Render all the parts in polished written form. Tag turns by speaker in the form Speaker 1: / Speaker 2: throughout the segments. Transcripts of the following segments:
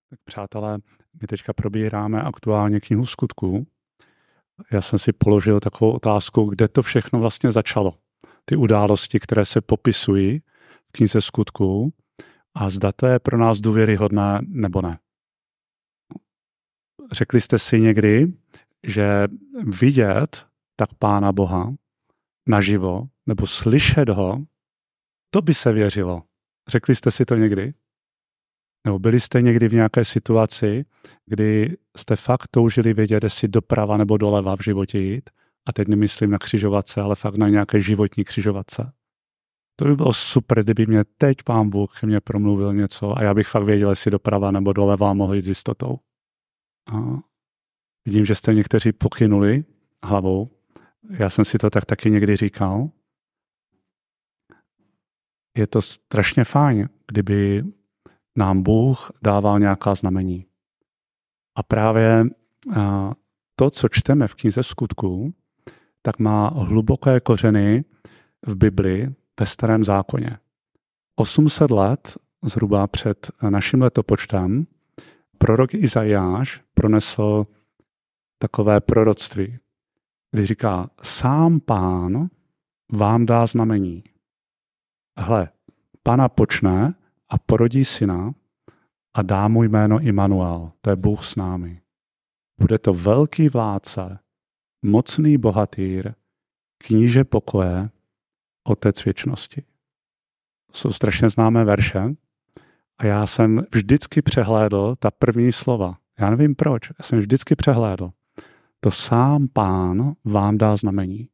Speaker 1: Tak přátelé, my teďka probíráme aktuálně knihu Skutků. Já jsem si položil takovou otázku, kde to všechno vlastně začalo. Ty události, které se popisují v knize Skutků a zda to je pro nás důvěryhodné nebo ne. Řekli jste si někdy, že vidět tak Pána Boha naživo nebo slyšet ho, to by se věřilo. Řekli jste si to někdy? Nebo byli jste někdy v nějaké situaci, kdy jste fakt toužili vědět, jestli doprava nebo doleva v životě jít? A teď nemyslím na křižovatce, ale fakt na nějaké životní křižovatce. To by bylo super, kdyby mě teď Pán Bůh ke mně promluvil něco a já bych fakt věděl, jestli doprava nebo doleva mohl jít s jistotou. A vidím, že jste někteří pokynuli hlavou. Já jsem si to tak taky někdy říkal. Je to strašně fajn, kdyby nám Bůh dával nějaká znamení. A právě to, co čteme v knize Skutků, tak má hluboké kořeny v Bibli ve Starém zákoně. 800 let zhruba před naším letopočtem prorok Izajáš pronesl takové proroctví, kdy říká, sám Pán vám dá znamení. Hle, Pana počne a porodí syna a dá mu jméno Immanuel, to je Bůh s námi. Bude to velký vládce, mocný bohatýr, kníže pokoje, otec věčnosti. Jsou strašně známé verše a já jsem vždycky přehlédl ta první slova. Já nevím proč, já jsem vždycky přehlédl. To sám Pán vám dá znamení.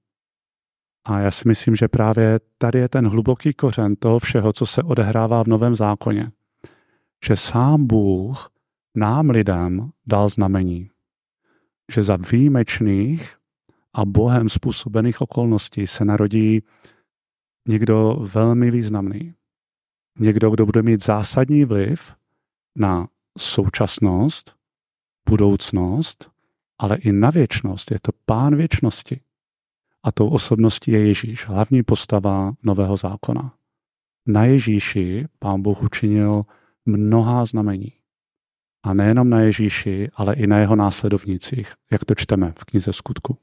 Speaker 1: A já si myslím, že právě tady je ten hluboký kořen toho všeho, co se odehrává v Novém zákoně. Že sám Bůh nám lidem dal znamení. Že za výjimečných a Bohem způsobených okolností se narodí někdo velmi významný. Někdo, kdo bude mít zásadní vliv na současnost, budoucnost, ale i na věčnost. Je to Pán věčnosti. A tou osobností je Ježíš, hlavní postava Nového zákona. Na Ježíši Pán Bůh učinil mnohá znamení. A nejenom na Ježíši, ale i na jeho následovnících, jak to čteme v knize Skutku.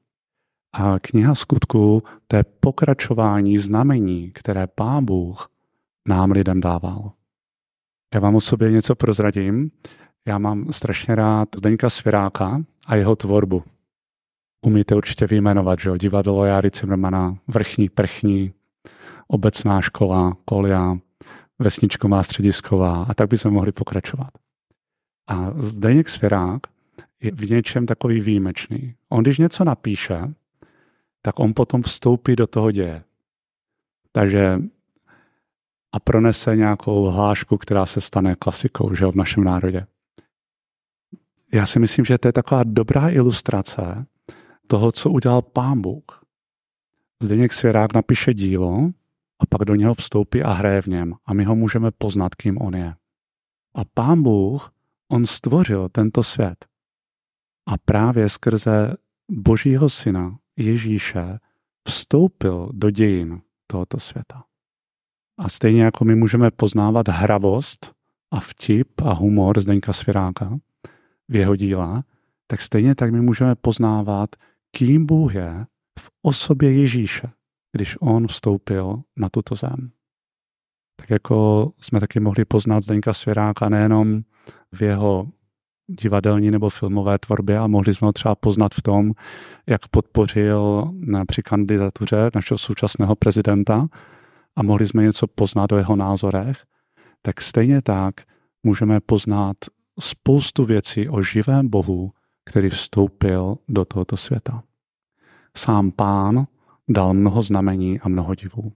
Speaker 1: A kniha Skutku, to je pokračování znamení, které Pán Bůh nám lidem dával. Já vám o sobě něco prozradím. Já mám strašně rád Zdeňka Svěráka a jeho tvorbu. Umíte určitě vyjmenovat, že jo? Divadlo Járy Cimrmana, Vrchní, Prchní, Obecná škola, Kolia, Vesničková, Středisková a tak bychom mohli pokračovat. A Zdeněk Svěrák je v něčem takový výjimečný. On když něco napíše, tak on potom vstoupí do toho děje. Takže a pronese nějakou hlášku, která se stane klasikou, že jo, v našem národě. Já si myslím, že to je taková dobrá ilustrace toho, co udělal Pán Bůh. Zdeněk Svěrák napíše dílo a pak do něho vstoupí a hraje v něm a my ho můžeme poznat, kým on je. A Pán Bůh, on stvořil tento svět a právě skrze Božího syna Ježíše vstoupil do dějin tohoto světa. A stejně jako my můžeme poznávat hravost a vtip a humor Zdeňka Svěráka v jeho díle, tak stejně tak my můžeme poznávat, kým Bůh je v osobě Ježíše, když on vstoupil na tuto zem. Tak jako jsme taky mohli poznat Zdeňka Svěráka nejenom v jeho divadelní nebo filmové tvorbě, a mohli jsme ho třeba poznat v tom, jak podpořil při kandidatuře našeho současného prezidenta a mohli jsme něco poznat o jeho názorech, tak stejně tak můžeme poznat spoustu věcí o živém Bohu, který vstoupil do tohoto světa. Sám Pán dal mnoho znamení a mnoho divů.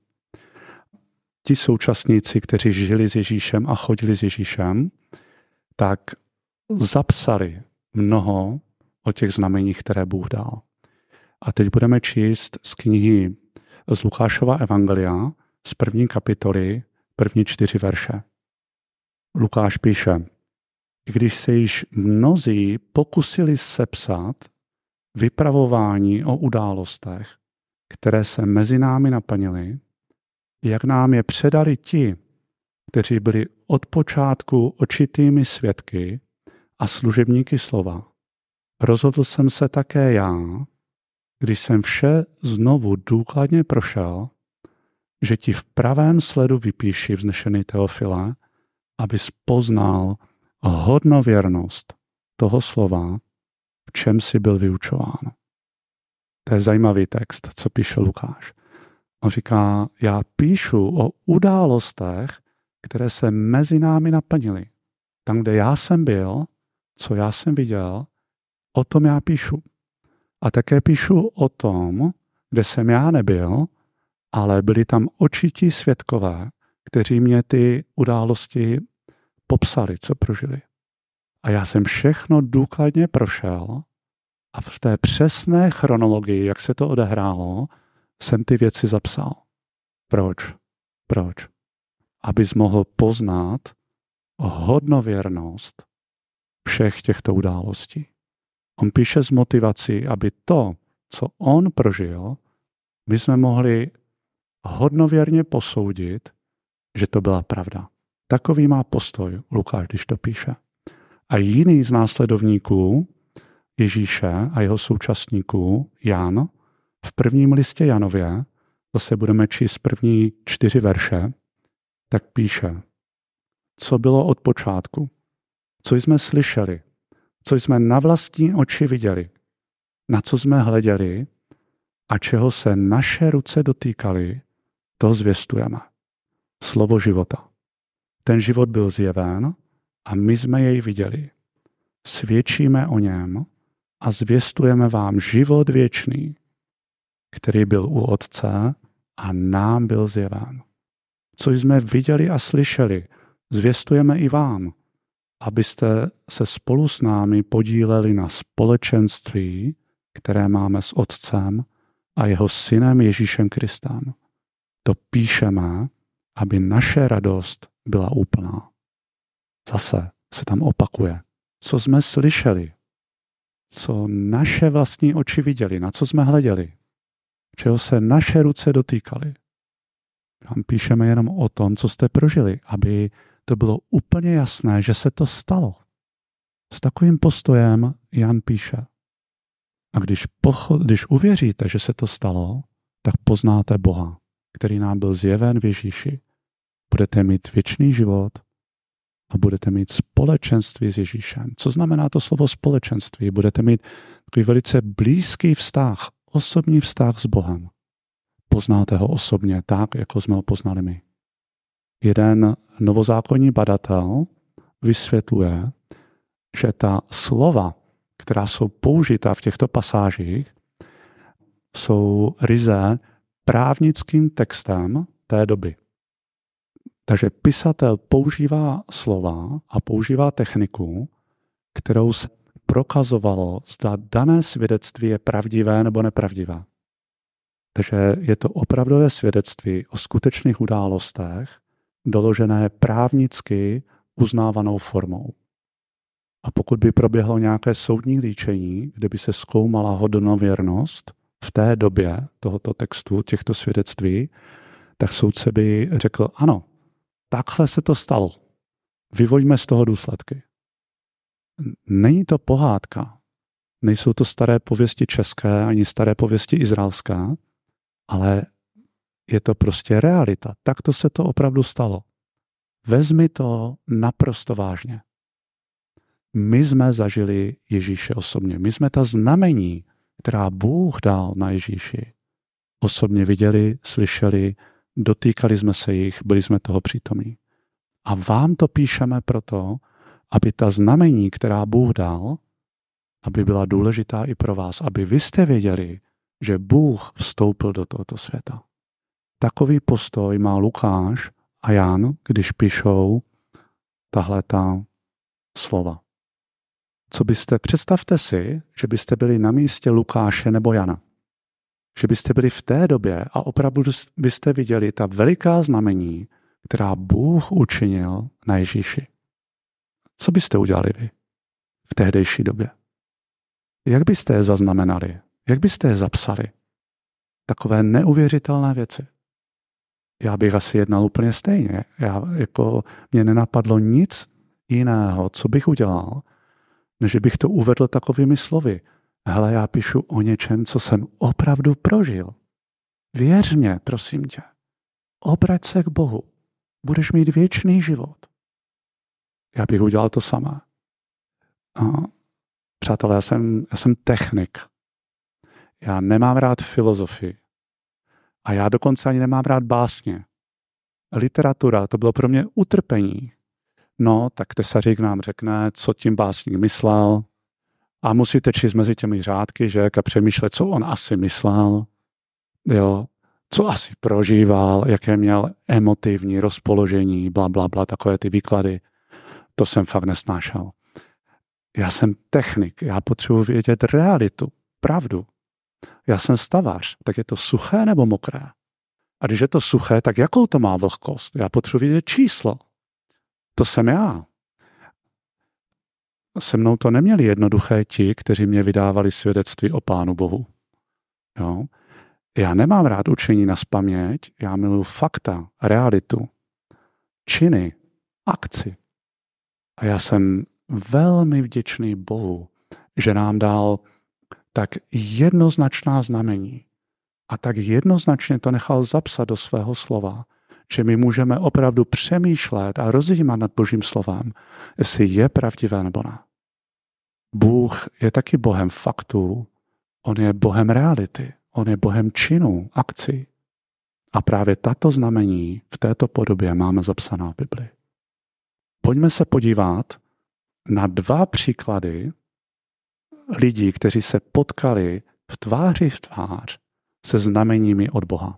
Speaker 1: Ti současníci, kteří žili s Ježíšem a chodili s Ježíšem, tak zapsali mnoho o těch znameních, které Bůh dal. A teď budeme číst z knihy z Lukášova evangelia, z 1. kapitoly, první 4 verše. Lukáš píše, i když se již mnozí pokusili sepsat vypravování o událostech, které se mezi námi naplnily, jak nám je předali ti, kteří byli od počátku očitými svědky a služebníky slova. Rozhodl jsem se také já, když jsem vše znovu důkladně prošel, že ti v pravém sledu vypíši, vznešený Teofile, abys poznal hodnověrnost toho slova, v čem jsi byl vyučován. To je zajímavý text, co píše Lukáš. On říká, já píšu o událostech, které se mezi námi naplnily. Tam, kde já jsem byl, co já jsem viděl, o tom já píšu. A také píšu o tom, kde jsem já nebyl, ale byli tam očití svědkové, kteří mě ty události popsali, co prožili. A já jsem všechno důkladně prošel a v té přesné chronologii, jak se to odehrálo, jsem ty věci zapsal. Proč? Abys mohl poznat hodnověrnost všech těchto událostí. On píše s motivací, aby to, co on prožil, my jsme mohli hodnověrně posoudit, že to byla pravda. Takový má postoj Lukáš, když to píše. A jiný z následovníků Ježíše a jeho současníků, Jan, v prvním listě Janově, zase budeme číst první 4 verše, tak píše, co bylo od počátku, co jsme slyšeli, co jsme na vlastní oči viděli, na co jsme hleděli a čeho se naše ruce dotýkaly, to zvěstujeme. Slovo života. Ten život byl zjeven a my jsme jej viděli. Svědčíme o něm a zvěstujeme vám život věčný, který byl u Otce a nám byl zjeven. Co jsme viděli a slyšeli, zvěstujeme i vám, abyste se spolu s námi podíleli na společenství, které máme s Otcem a jeho Synem Ježíšem Kristem. To píšeme, aby naše radost byla úplná. Zase se tam opakuje, co jsme slyšeli, co naše vlastní oči viděli, na co jsme hleděli, čeho se naše ruce dotýkaly. Tam píšeme jenom o tom, co jste prožili, aby to bylo úplně jasné, že se to stalo. S takovým postojem Jan píše. A když uvěříte, že se to stalo, tak poznáte Boha, který nám byl zjeven v Ježíši. Budete mít věčný život a budete mít společenství s Ježíšem. Co znamená to slovo společenství? Budete mít takový velice blízký vztah, osobní vztah s Bohem. Poznáte ho osobně tak, jako jsme ho poznali my. Jeden novozákonní badatel vysvětluje, že ta slova, která jsou použita v těchto pasážích, jsou ryze právnickým textem té doby. Takže pisatel používá slova a používá techniku, kterou se prokazovalo, zda dané svědectví je pravdivé nebo nepravdivé. Takže je to opravdové svědectví o skutečných událostech, doložené právnicky uznávanou formou. A pokud by proběhlo nějaké soudní líčení, kde by se zkoumala hodnověrnost v té době tohoto textu, těchto svědectví, tak soudce by řekl, ano, takhle se to stalo. Vyvoďme z toho důsledky. Není to pohádka. Nejsou to staré pověsti české ani staré pověsti izraelské, ale je to prostě realita. Takto se to opravdu stalo. Vezmi to naprosto vážně. My jsme zažili Ježíše osobně. My jsme ta znamení, která Bůh dal na Ježíši, osobně viděli, slyšeli, dotýkali jsme se jich, byli jsme toho přítomní. A vám to píšeme proto, aby ta znamení, která Bůh dal, aby byla důležitá i pro vás, aby vy jste věděli, že Bůh vstoupil do tohoto světa. Takový postoj má Lukáš a Jan, když píšou tahleta slova. Představte si, že byste byli na místě Lukáše nebo Jana. Že byste byli v té době a opravdu byste viděli ta veliká znamení, která Bůh učinil na Ježíši. Co byste udělali vy v tehdejší době? Jak byste je zaznamenali? Jak byste je zapsali? Takové neuvěřitelné věci. Já bych asi jednal úplně stejně. Mě nenapadlo nic jiného, co bych udělal, než bych to uvedl takovými slovy. Hele, já píšu o něčem, co jsem opravdu prožil. Věř mě, prosím tě. Obrať se k Bohu. Budeš mít věčný život. Já bych udělal to samé. Přátelé, já jsem technik. Já nemám rád filozofii. A já dokonce ani nemám rád básně. Literatura, to bylo pro mě utrpení. No, tak tesařík nám řekne, co tím básník myslel. A musíte číst mezi těmi řádky, že, a přemýšlet, co on asi myslel. Jo, co asi prožíval, jaké měl emotivní rozpoložení, bla, bla, bla, takové ty výklady. To jsem fakt nesnášel. Já jsem technik, já potřebuji vědět realitu, pravdu. Já jsem stavař, tak je to suché nebo mokré? A když je to suché, tak jakou to má vlhkost? Já potřebuji vědět číslo. To jsem já. Se mnou to neměli jednoduché ti, kteří mě vydávali svědectví o Pánu Bohu. Jo? Já nemám rád učení nazpaměť, já miluji fakta, realitu, činy, akci. A já jsem velmi vděčný Bohu, že nám dal tak jednoznačná znamení a tak jednoznačně to nechal zapsat do svého slova, že my můžeme opravdu přemýšlet a rozjímat nad Božím slovem, jestli je pravdivé nebo ne. Bůh je taky Bohem faktů, on je Bohem reality, on je Bohem činů, akcí. A právě tato znamení v této podobě máme zapsaná v Bibli. Pojďme se podívat na 2 příklady lidí, kteří se potkali v tvář se znameními od Boha.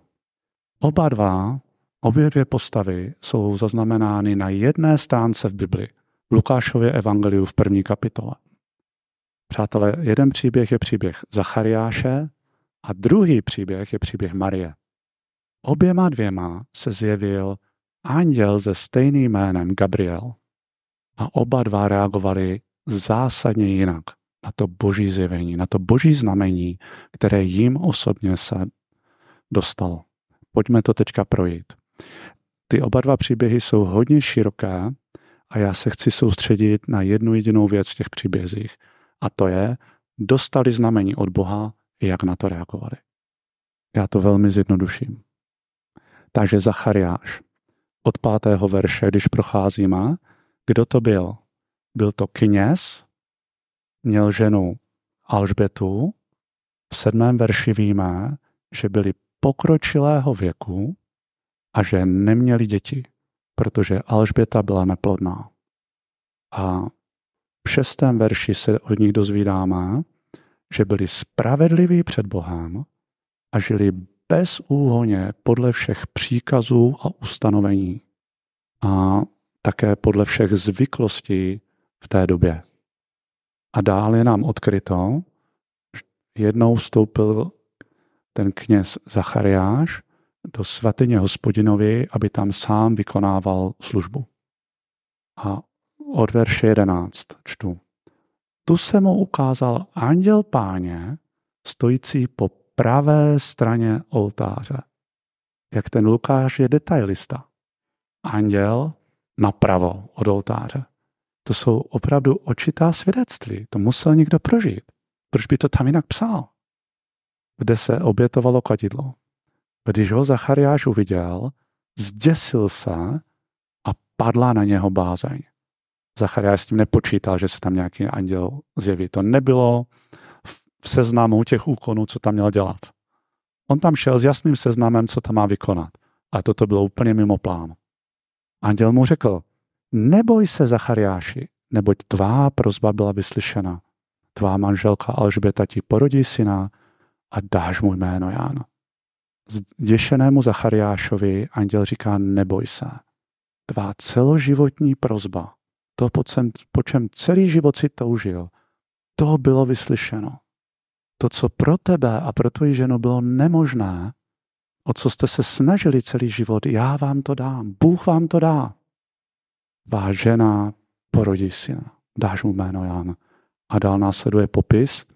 Speaker 1: Obě dvě postavy jsou zaznamenány na jedné stránce v Bibli, v Lukášově evangeliu v 1. kapitole. Přátelé, jeden příběh je příběh Zachariáše a druhý příběh je příběh Marie. Oběma dvěma se zjevil anděl se stejným jménem Gabriel a oba dva reagovali zásadně jinak na to boží zjevení, na to boží znamení, které jim osobně se dostalo. Pojďme to teďka projít. Ty oba dva příběhy jsou hodně široké a já se chci soustředit na jednu jedinou věc v těch příbězích. A to je, dostali znamení od Boha, jak na to reagovali. Já to velmi zjednoduším. Takže Zachariáš. Od 5. verše, když procházíme, kdo to byl? Byl to kněz, měl ženu Alžbětu. V 7. verši víme, že byli pokročilého věku a že neměli děti, protože Alžběta byla neplodná. A v 6. verši se od nich dozvídáme, že byli spravedliví před Bohem a žili bezúhonně podle všech příkazů a ustanovení a také podle všech zvyklostí v té době. A dál je nám odkryto, že jednou vstoupil ten kněz Zachariáš do svatyně Hospodinovi, aby tam sám vykonával službu. A od verše 11 čtu. Tu se mu ukázal anděl Páně, stojící po pravé straně oltáře. Jak ten Lukáš je detailista. Anděl napravo od oltáře. To jsou opravdu očitá svědectví. To musel někdo prožít. Proč by to tam jinak psal? Kde se obětovalo kadidlo. Když ho Zachariáš uviděl, zděsil se a padla na něho bázeň. Zachariáš s tím nepočítal, že se tam nějaký anděl zjeví. To nebylo v seznamu těch úkonů, co tam měl dělat. On tam šel s jasným seznamem, co tam má vykonat. A toto bylo úplně mimo plán. Anděl mu řekl, neboj se, Zachariáši, neboť tvá prosba byla vyslyšena. Tvá manželka Alžběta ti porodí syna a dáš mu jméno Jan. Zděšenému Zachariášovi anděl říká, neboj se. Tvá celoživotní prosba, to, po čem celý život si toužil, to bylo vyslyšeno. To, co pro tebe a pro tvoji ženu bylo nemožné, o co jste se snažili celý život, já vám to dám, Bůh vám to dá. Tvá žena porodí syna, dáš mu jméno Jan. A dál následuje popis,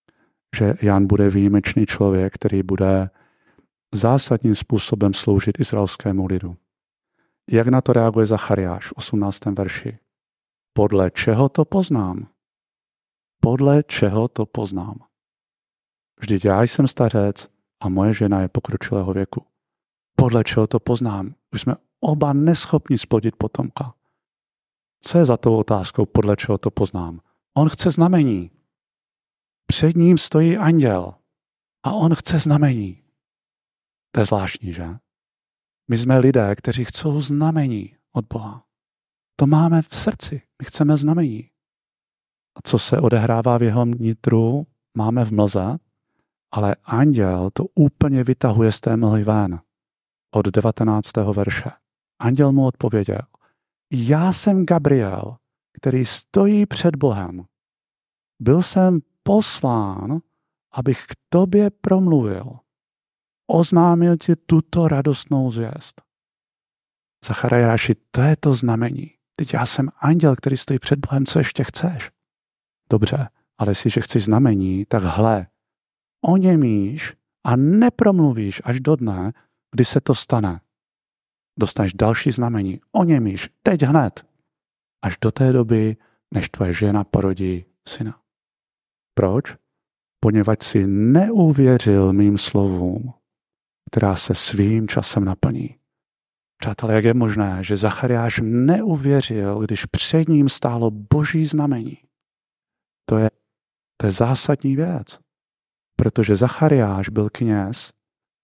Speaker 1: že Jan bude výjimečný člověk, který bude zásadním způsobem sloužit izraelskému lidu. Jak na to reaguje Zachariáš v 18. verši? Podle čeho to poznám? podle čeho to poznám? Vždyť já jsem stařec a moje žena je pokročilého věku. Podle čeho to poznám? Už jsme oba neschopni splodit potomka. Co je za tou otázkou, podle čeho to poznám? On chce znamení. Před ním stojí anděl a on chce znamení. To je zvláštní, že? My jsme lidé, kteří chcou znamení od Boha. To máme v srdci. My chceme znamení. A co se odehrává v jeho nitru, máme v mlze, ale anděl to úplně vytahuje z té mlhy ven. Od 19. verše. Anděl mu odpověděl, já jsem Gabriel, který stojí před Bohem. Byl jsem poslán, abych k tobě promluvil. Oznámil ti tuto radostnou zvěst. Zachariáši, to je to znamení. Teď já jsem anděl, který stojí před Bohem, co ještě chceš? Dobře, ale jestliže chceš znamení, tak hle, oněmíš a nepromluvíš až do dne, kdy se to stane. Dostaneš další znamení, oněmíš, teď hned, až do té doby, než tvoje žena porodí syna. Proč? Poněvadž si neuvěřil mým slovům, která se svým časem naplní. Přátelé, jak je možné, že Zachariáš neuvěřil, když před ním stálo boží znamení? To je zásadní věc. Protože Zachariáš byl kněz,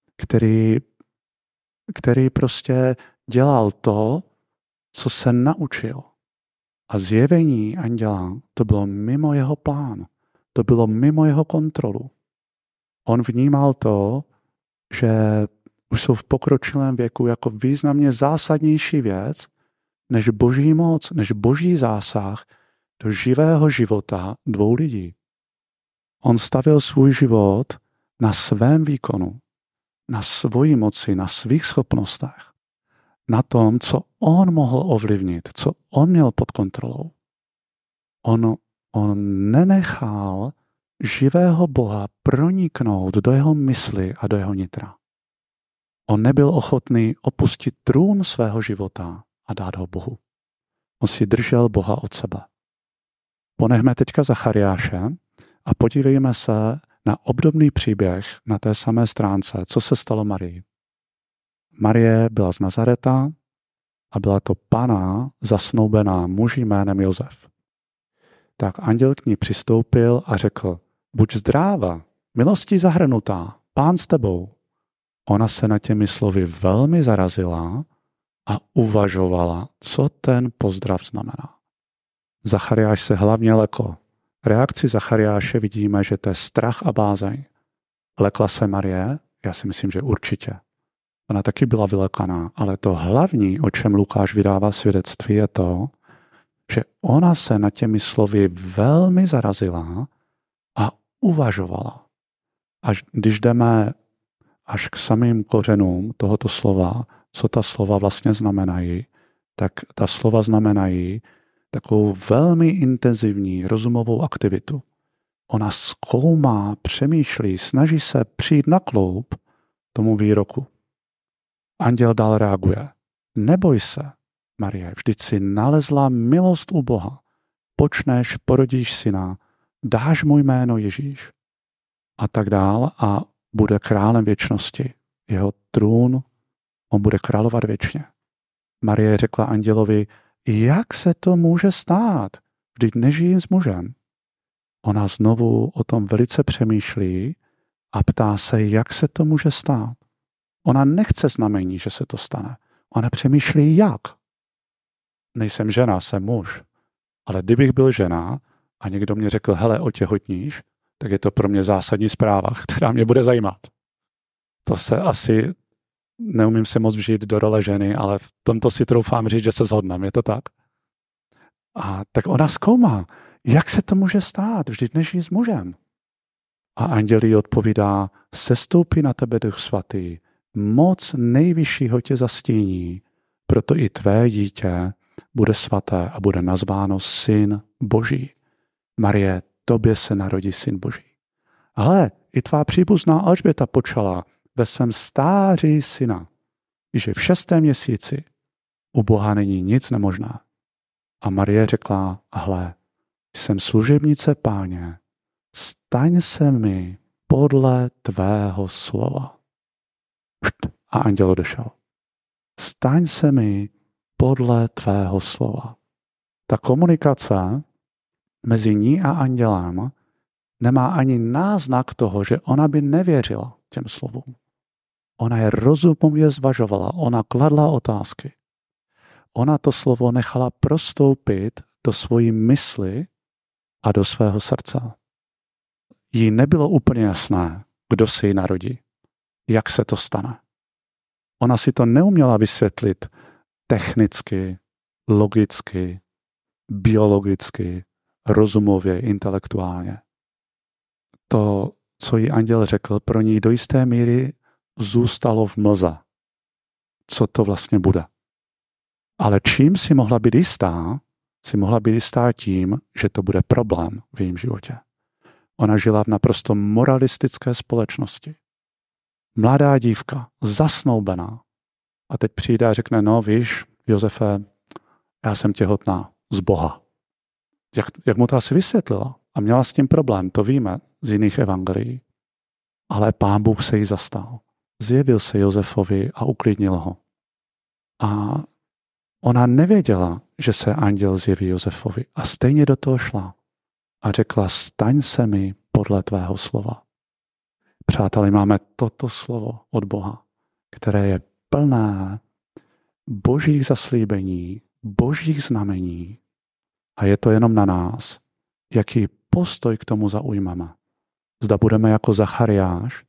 Speaker 1: který prostě dělal to, co se naučil. A zjevení anděla, to bylo mimo jeho plán. To bylo mimo jeho kontrolu. On vnímal to, že už jsou v pokročilém věku jako významně zásadnější věc, než boží moc, než boží zásah do živého života dvou lidí. On stavil svůj život na svém výkonu, na svojí moci, na svých schopnostech, na tom, co on mohl ovlivnit, co on měl pod kontrolou. On nenechal živého Boha proniknout do jeho mysli a do jeho nitra. On nebyl ochotný opustit trůn svého života a dát ho Bohu. On si držel Boha od sebe. Ponechme teďka Zachariáše a podívejme se na obdobný příběh na té samé stránce, co se stalo Marii. Marie byla z Nazareta a byla to Panna zasnoubená muži jménem Josef. Tak anděl k ní přistoupil a řekl, buď zdráva, milostí zahrnutá, Pán s tebou. Ona se na těmi slovy velmi zarazila a uvažovala, co ten pozdrav znamená. Zachariáš se hlavně lekl. Reakci Zachariáše vidíme, že to je strach a bázeň. Lekla se Marie? Já si myslím, že určitě. Ona taky byla vylekaná, ale to hlavní, o čem Lukáš vydává svědectví, je to, že ona se na těmi slovy velmi zarazila a uvažovala. Až když jdeme až k samým kořenům tohoto slova, co ta slova vlastně znamenají, tak ta slova znamenají takovou velmi intenzivní rozumovou aktivitu. Ona zkoumá, přemýšlí, snaží se přijít na kloub tomu výroku. Anděl dál reaguje. Neboj se, Marie, vždyť si nalezla milost u Boha. Počneš, porodíš syna, dáš mu jméno Ježíš. A tak dál a bude králem věčnosti. Jeho trůn, on bude královat věčně. Marie řekla andělovi, jak se to může stát? Vždyť nežijím s mužem. Ona znovu o tom velice přemýšlí a ptá se, jak se to může stát. Ona nechce znamení, že se to stane. Ona přemýšlí, jak. Nejsem žena, jsem muž. Ale kdybych byl žena a někdo mě řekl, hele, otěhotníš, tak je to pro mě zásadní zpráva, která mě bude zajímat. To se asi, neumím se moc vžít do role ženy, ale v tomto si troufám říct, že se shodneme, je to tak? A tak ona zkoumá, jak se to může stát, vždyť nežijí s mužem. A anděl jí odpovídá, sestoupí na tebe Duch Svatý, moc nejvyššího tě zastíní, proto i tvé dítě bude svaté a bude nazváno Syn Boží. Marie, tobě se narodí Syn Boží. Hle, i tvá příbuzná Alžběta počala ve svém stáří syna, že v 6. měsíci u Boha není nic nemožné. A Marie řekla, hle, jsem služebnice Páně, staň se mi podle tvého slova. A anděl odešel. Staň se mi podle tvého slova. Ta komunikace mezi ní a andělem nemá ani náznak toho, že ona by nevěřila těm slovům. Ona je rozumově zvažovala, ona kladla otázky. Ona to slovo nechala prostoupit do svojí mysli a do svého srdce. Jí nebylo úplně jasné, kdo se jí narodí, jak se to stane. Ona si to neuměla vysvětlit technicky, logicky, biologicky, rozumově, intelektuálně. To, co jí anděl řekl, pro ní do jisté míry zůstalo v mlze. Co to vlastně bude. Ale čím si mohla být jistá? Si mohla být jistá tím, že to bude problém v jejím životě. Ona žila v naprosto moralistické společnosti. Mladá dívka, zasnoubená. A teď přijde a řekne, no víš, Josefe, já jsem těhotná z Boha. Jak mu to asi vysvětlila? A měla s tím problém, to víme z jiných evangelií. Ale Pán Bůh se jí zastal. Zjevil se Josefovi a uklidnil ho. A ona nevěděla, že se anděl zjeví Josefovi. A stejně do toho šla. A řekla, staň se mi podle tvého slova. Přátelé, máme toto slovo od Boha, které je plné božích zaslíbení, božích znamení. A je to jenom na nás, jaký postoj k tomu zaujmeme. Zda budeme jako Zachariáš,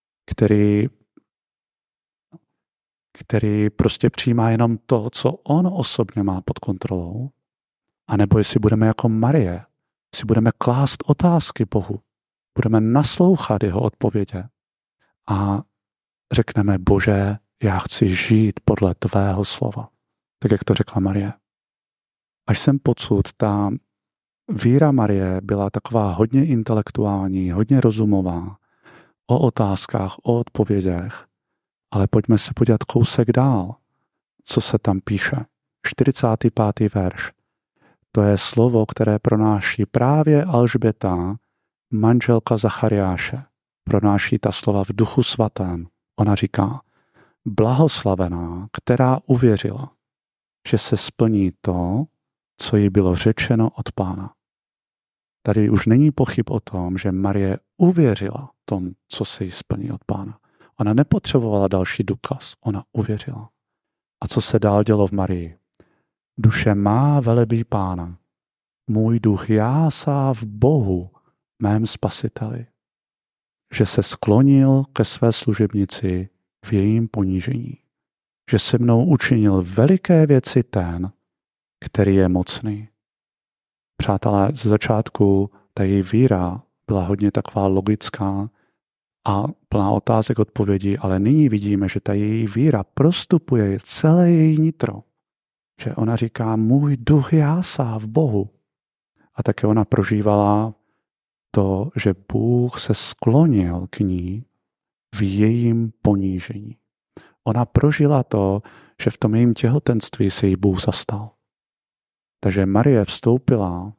Speaker 1: který prostě přijímá jenom to, co on osobně má pod kontrolou, anebo jestli budeme jako Marie, jestli budeme klást otázky Bohu, budeme naslouchat jeho odpovědi a řekneme, Bože, já chci žít podle tvého slova. Tak, jak to řekla Marie. Až jsem pocud, ta víra Marie byla taková hodně intelektuální, hodně rozumová, o otázkách, o odpovědích, ale pojďme se podívat kousek dál, co se tam píše. 45. verš. To je slovo, které pronáší právě Alžběta, manželka Zachariáše. Pronáší ta slova v Duchu svatém. Ona říká, blahoslavená, která uvěřila, že se splní to, co jí bylo řečeno od Pána. Tady už není pochyb o tom, že Marie uvěřila tom, co se jí splní od Pána. Ona nepotřebovala další důkaz, ona uvěřila. A co se dál dělo v Marii? Duše má velebí Pána. Můj duch jásá v Bohu, mém spasiteli. Že se sklonil ke své služebnici v jejím ponížení. Že se mnou učinil veliké věci ten, který je mocný. Přátelé, ze začátku ta její víra byla hodně taková logická a plná otázek odpovědí, ale nyní vidíme, že ta její víra prostupuje celé její nitro. Že ona říká, můj duch jásá v Bohu. A také ona prožívala to, že Bůh se sklonil k ní v jejím ponížení. Ona prožila to, že v tom jejím těhotenství se jí Bůh zastal. Takže Marie vstoupila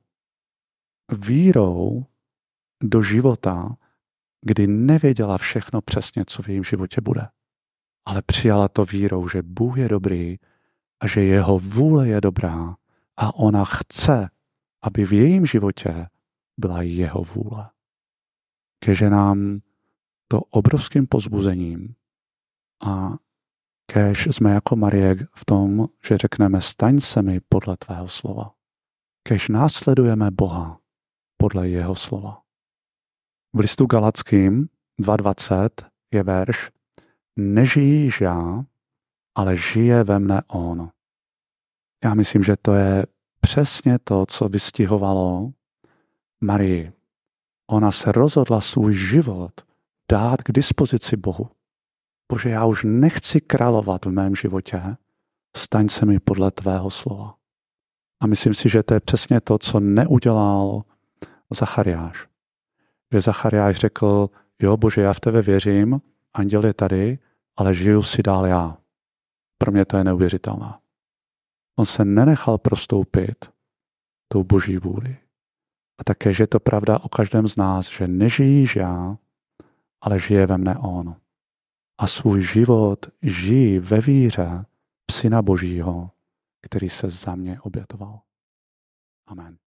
Speaker 1: vírou do života, kdy nevěděla všechno přesně, co v jejím životě bude. Ale přijala to vírou, že Bůh je dobrý a že jeho vůle je dobrá a ona chce, aby v jejím životě byla jeho vůle. Keže nám to obrovským povzbuzením a kež jsme jako Marie v tom, že řekneme staň se mi podle tvého slova. Kež následujeme Boha podle jeho slova. V listu Galackým 2.20 je verš nežijíš já, ale žije ve mne on. Já myslím, že to je přesně to, co vystihovalo Marii. Ona se rozhodla svůj život dát k dispozici Bohu. Bože, já už nechci královat v mém životě, staň se mi podle tvého slova. A myslím si, že to je přesně to, co neudělal Zachariáš. Že Zachariáš řekl, jo Bože, já v tebe věřím, anděl je tady, ale žiju si dál já. Pro mě to je neuvěřitelné. On se nenechal prostoupit tou boží vůli. A také, že je to pravda o každém z nás, že nežijíš já, ale žije ve mne on. A svůj život žijí ve víře v Syna Božího, který se za mě obětoval. Amen.